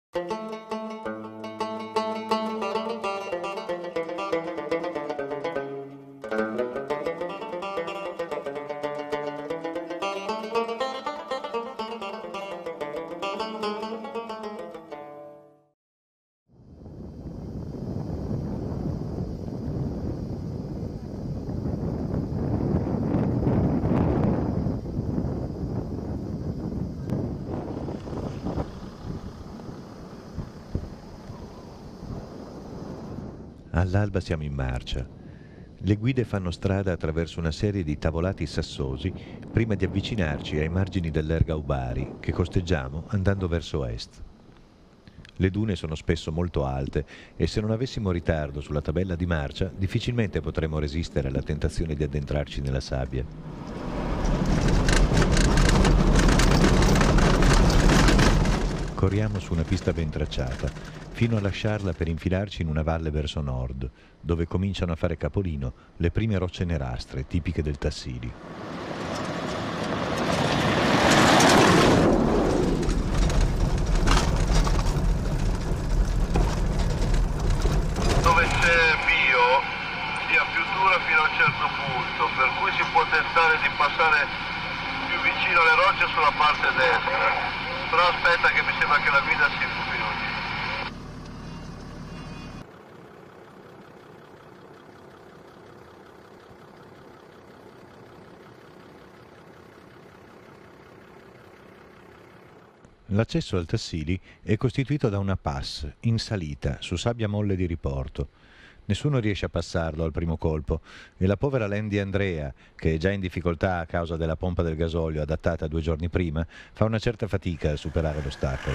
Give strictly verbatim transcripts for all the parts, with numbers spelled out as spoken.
All'alba siamo in marcia. Le guide fanno strada attraverso una serie di tavolati sassosi prima di avvicinarci ai margini dell'Erga Ubari, che costeggiamo andando verso est. Le dune sono spesso molto alte e se non avessimo ritardo sulla tabella di marcia, difficilmente potremmo resistere alla tentazione di addentrarci nella sabbia. Corriamo su una pista ben tracciata, fino a lasciarla per infilarci in una valle verso nord, dove cominciano a fare capolino le prime rocce nerastre tipiche del Tassili. Dove c'è bio sia più dura fino a un certo punto, per cui si può tentare di passare più vicino alle rocce sulla parte destra. Però aspetta che mi sembra che la guida si illuminoggi. L'accesso al Tassili è costituito da una pass in salita su sabbia molle di riporto. Nessuno riesce a passarlo al primo colpo e la povera Lendi Andrea, che è già in difficoltà a causa della pompa del gasolio adattata due giorni prima, fa una certa fatica a superare l'ostacolo.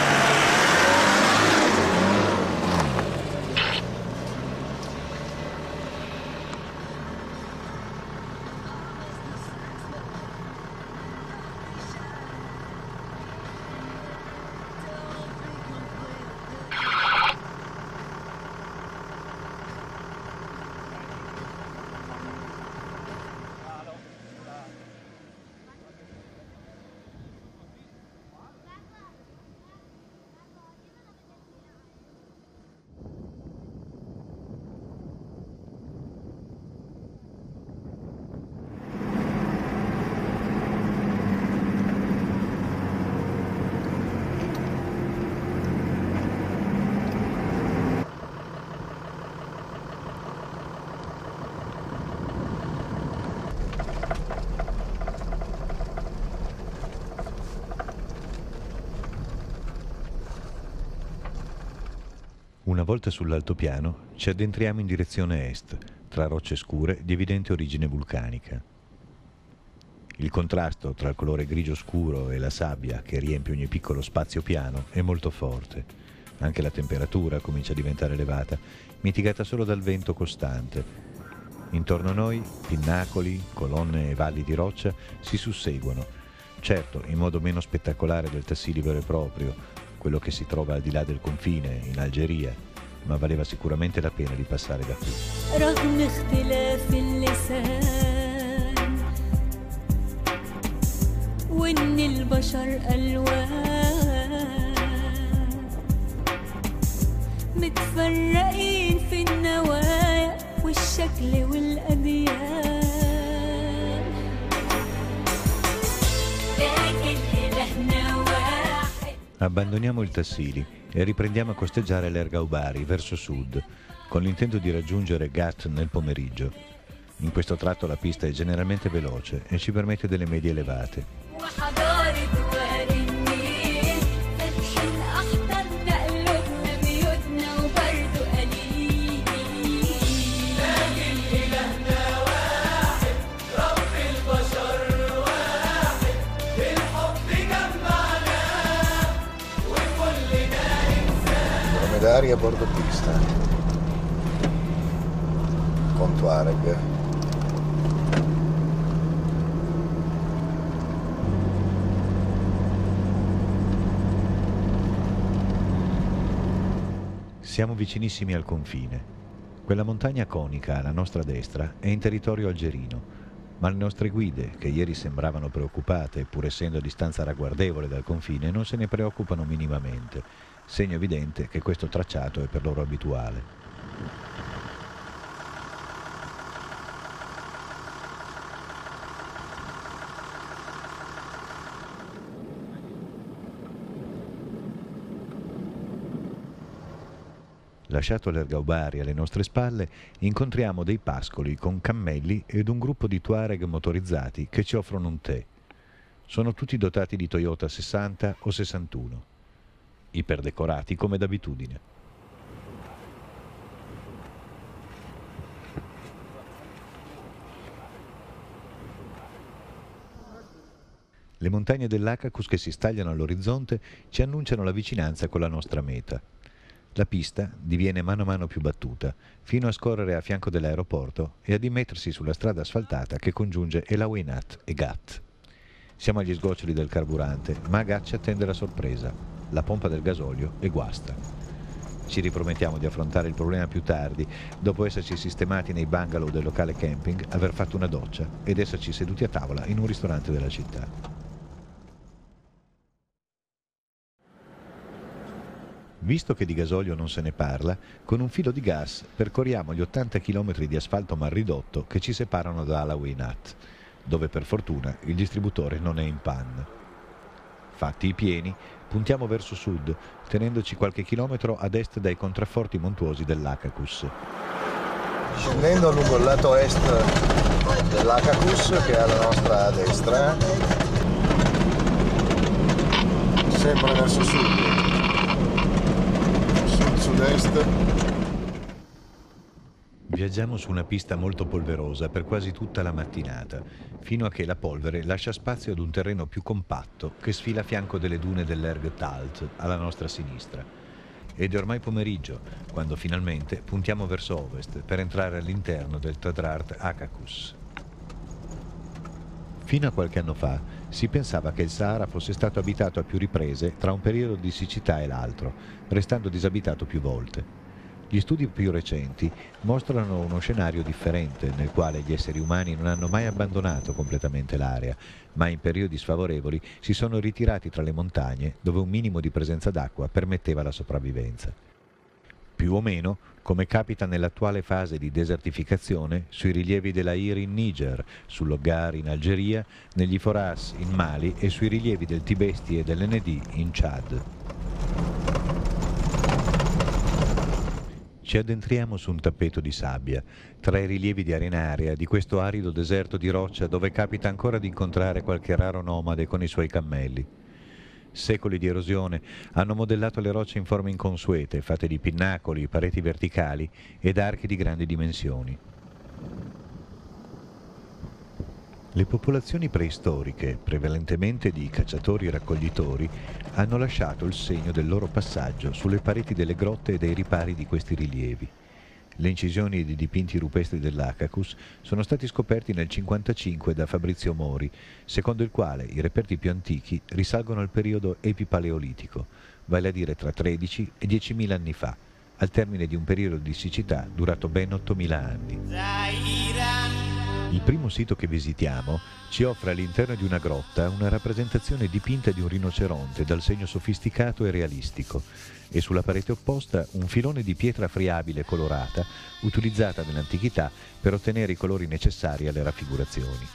Una volta sull'altopiano ci addentriamo in direzione est, tra rocce scure di evidente origine vulcanica. Il contrasto tra il colore grigio scuro e la sabbia che riempie ogni piccolo spazio piano è molto forte. Anche la temperatura comincia a diventare elevata, mitigata solo dal vento costante. Intorno a noi, pinnacoli, colonne e valli di roccia si susseguono, certo in modo meno spettacolare del Tassili vero e proprio, quello che si trova al di là del confine, in Algeria, ma valeva sicuramente la pena di passare da qui. رغم اختلاف اللسان وإن البشر ألوان متفرقين في النوايا والشكل والأديان لكن إلهنا واحد. Abbandoniamo il Tassili e riprendiamo a costeggiare l'Erga Ubari verso sud, con l'intento di raggiungere Gat nel pomeriggio. In questo tratto la pista è generalmente veloce e ci permette delle medie elevate. Dromedaria a bordo pista con Touareg. Siamo vicinissimi al confine. Quella montagna conica alla nostra destra è in territorio algerino. Ma le nostre guide, che ieri sembravano preoccupate, pur essendo a distanza ragguardevole dal confine, non se ne preoccupano minimamente, segno evidente che questo tracciato è per loro abituale. Lasciato l'Ergaubari alle nostre spalle, incontriamo dei pascoli con cammelli ed un gruppo di Tuareg motorizzati che ci offrono un tè. Sono tutti dotati di Toyota sessanta o sessantuno, iperdecorati come d'abitudine. Le montagne dell'Akakous che si stagliano all'orizzonte ci annunciano la vicinanza con la nostra meta. La pista diviene mano a mano più battuta, fino a scorrere a fianco dell'aeroporto e ad immettersi sulla strada asfaltata che congiunge El Awaynat e Gat. Siamo agli sgoccioli del carburante, ma a Gat ci attende la sorpresa, la pompa del gasolio e guasta. Ci ripromettiamo di affrontare il problema più tardi, dopo esserci sistemati nei bungalow del locale camping, aver fatto una doccia ed esserci seduti a tavola in un ristorante della città. Visto che di gasolio non se ne parla, con un filo di gas percorriamo gli ottanta chilometri di asfalto mal ridotto che ci separano da Al Awaynat, dove per fortuna il distributore non è in panne. Fatti i pieni, puntiamo verso sud, tenendoci qualche chilometro ad est dai contrafforti montuosi dell'Akakous. Scendendo lungo il lato est dell'Akakous, che è alla nostra destra, sempre verso sud. Sud-sud-est. Viaggiamo su una pista molto polverosa per quasi tutta la mattinata, fino a che la polvere lascia spazio ad un terreno più compatto che sfila a fianco delle dune dell'Erg Talt alla nostra sinistra. Ed è ormai pomeriggio, quando finalmente puntiamo verso ovest per entrare all'interno del Tadrart Akakous. Fino a qualche anno fa si pensava che il Sahara fosse stato abitato a più riprese tra un periodo di siccità e l'altro, restando disabitato più volte. Gli studi più recenti mostrano uno scenario differente, nel quale gli esseri umani non hanno mai abbandonato completamente l'area, ma in periodi sfavorevoli si sono ritirati tra le montagne dove un minimo di presenza d'acqua permetteva la sopravvivenza. Più o meno come capita nell'attuale fase di desertificazione sui rilievi dell'Aïr in Niger, sull'Ogar in Algeria, negli Foras in Mali e sui rilievi del Tibesti e dell'Ennedi in Chad. Ci addentriamo su un tappeto di sabbia, tra i rilievi di arenaria di questo arido deserto di roccia dove capita ancora di incontrare qualche raro nomade con i suoi cammelli. Secoli di erosione hanno modellato le rocce in forme inconsuete, fatte di pinnacoli, pareti verticali ed archi di grandi dimensioni. Le popolazioni preistoriche, prevalentemente di cacciatori e raccoglitori, hanno lasciato il segno del loro passaggio sulle pareti delle grotte e dei ripari di questi rilievi. Le incisioni di dipinti rupestri dell'Akakous sono stati scoperti nel cinquantacinque da Fabrizio Mori, secondo il quale i reperti più antichi risalgono al periodo epipaleolitico, vale a dire tra tredici e diecimila anni fa, al termine di un periodo di siccità durato ben ottomila anni. Il primo sito che visitiamo ci offre all'interno di una grotta una rappresentazione dipinta di un rinoceronte dal segno sofisticato e realistico e sulla parete opposta un filone di pietra friabile colorata utilizzata nell'antichità per ottenere i colori necessari alle raffigurazioni.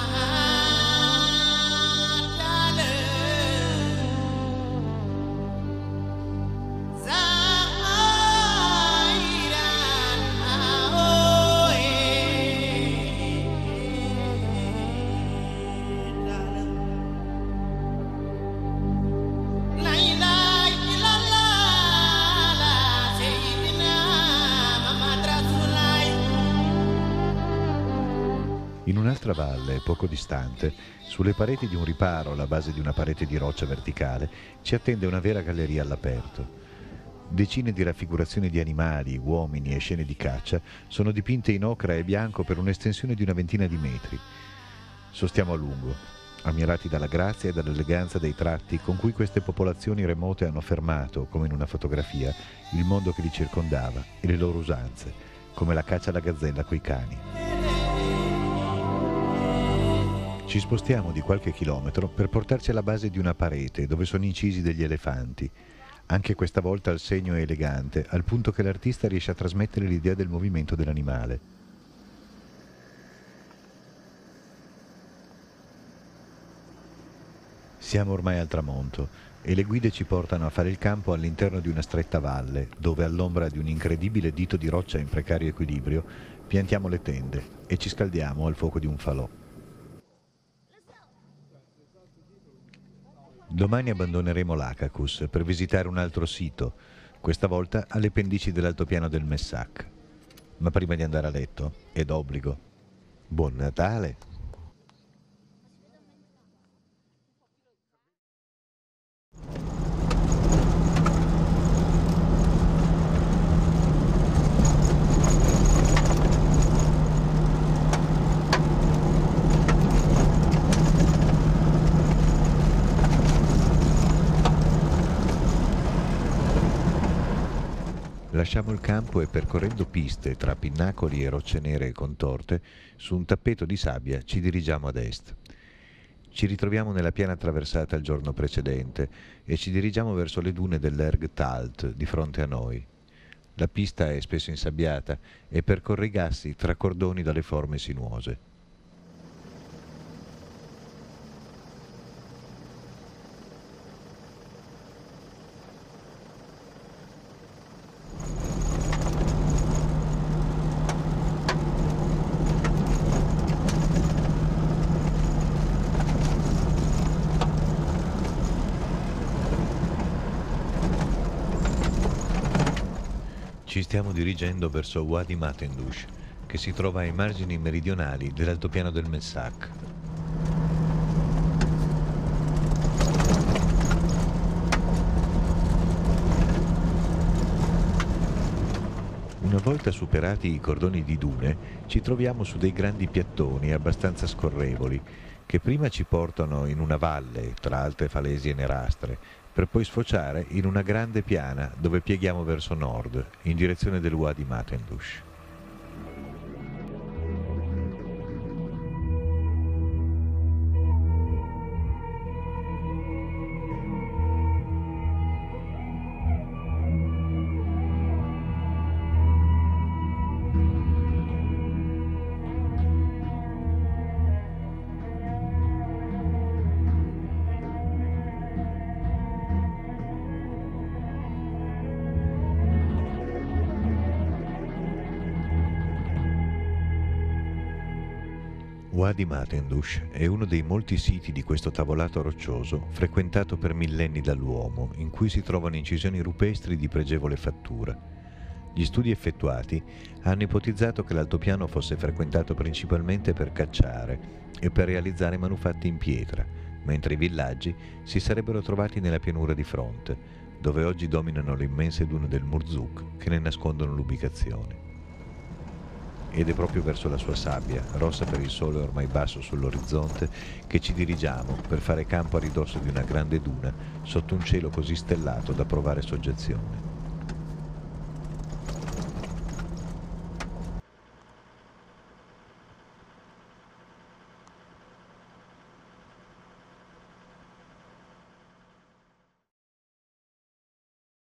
In un'altra valle, poco distante, sulle pareti di un riparo alla base di una parete di roccia verticale, ci attende una vera galleria all'aperto. Decine di raffigurazioni di animali, uomini e scene di caccia sono dipinte in ocra e bianco per un'estensione di una ventina di metri. Sostiamo a lungo, ammirati dalla grazia e dall'eleganza dei tratti con cui queste popolazioni remote hanno fermato, come in una fotografia, il mondo che li circondava e le loro usanze, come la caccia alla gazzella coi cani. Ci spostiamo di qualche chilometro per portarci alla base di una parete dove sono incisi degli elefanti. Anche questa volta il segno è elegante, al punto che l'artista riesce a trasmettere l'idea del movimento dell'animale. Siamo ormai al tramonto e le guide ci portano a fare il campo all'interno di una stretta valle, dove all'ombra di un incredibile dito di roccia in precario equilibrio piantiamo le tende e ci scaldiamo al fuoco di un falò. Domani abbandoneremo l'Akakous per visitare un altro sito, questa volta alle pendici dell'altopiano del Messac. Ma prima di andare a letto, è d'obbligo. Buon Natale! Lasciamo il campo e percorrendo piste tra pinnacoli e rocce nere e contorte, su un tappeto di sabbia ci dirigiamo ad est. Ci ritroviamo nella piana attraversata il giorno precedente e ci dirigiamo verso le dune dell'Erg Talt di fronte a noi. La pista è spesso insabbiata e percorre i gassi tra cordoni dalle forme sinuose. Ci stiamo dirigendo verso Wadi Matendush, che si trova ai margini meridionali dell'altopiano del Messac. Una volta superati i cordoni di dune, ci troviamo su dei grandi piattoni abbastanza scorrevoli, che prima ci portano in una valle tra altre falesie nerastre, per poi sfociare in una grande piana dove pieghiamo verso nord, in direzione del Wadi Matendush. Wadi Matendush è uno dei molti siti di questo tavolato roccioso frequentato per millenni dall'uomo, in cui si trovano incisioni rupestri di pregevole fattura. Gli studi effettuati hanno ipotizzato che l'altopiano fosse frequentato principalmente per cacciare e per realizzare manufatti in pietra, mentre i villaggi si sarebbero trovati nella pianura di fronte, dove oggi dominano le immense dune del Murzuk che ne nascondono l'ubicazione. Ed è proprio verso la sua sabbia, rossa per il sole ormai basso sull'orizzonte, che ci dirigiamo per fare campo a ridosso di una grande duna sotto un cielo così stellato da provare soggezione.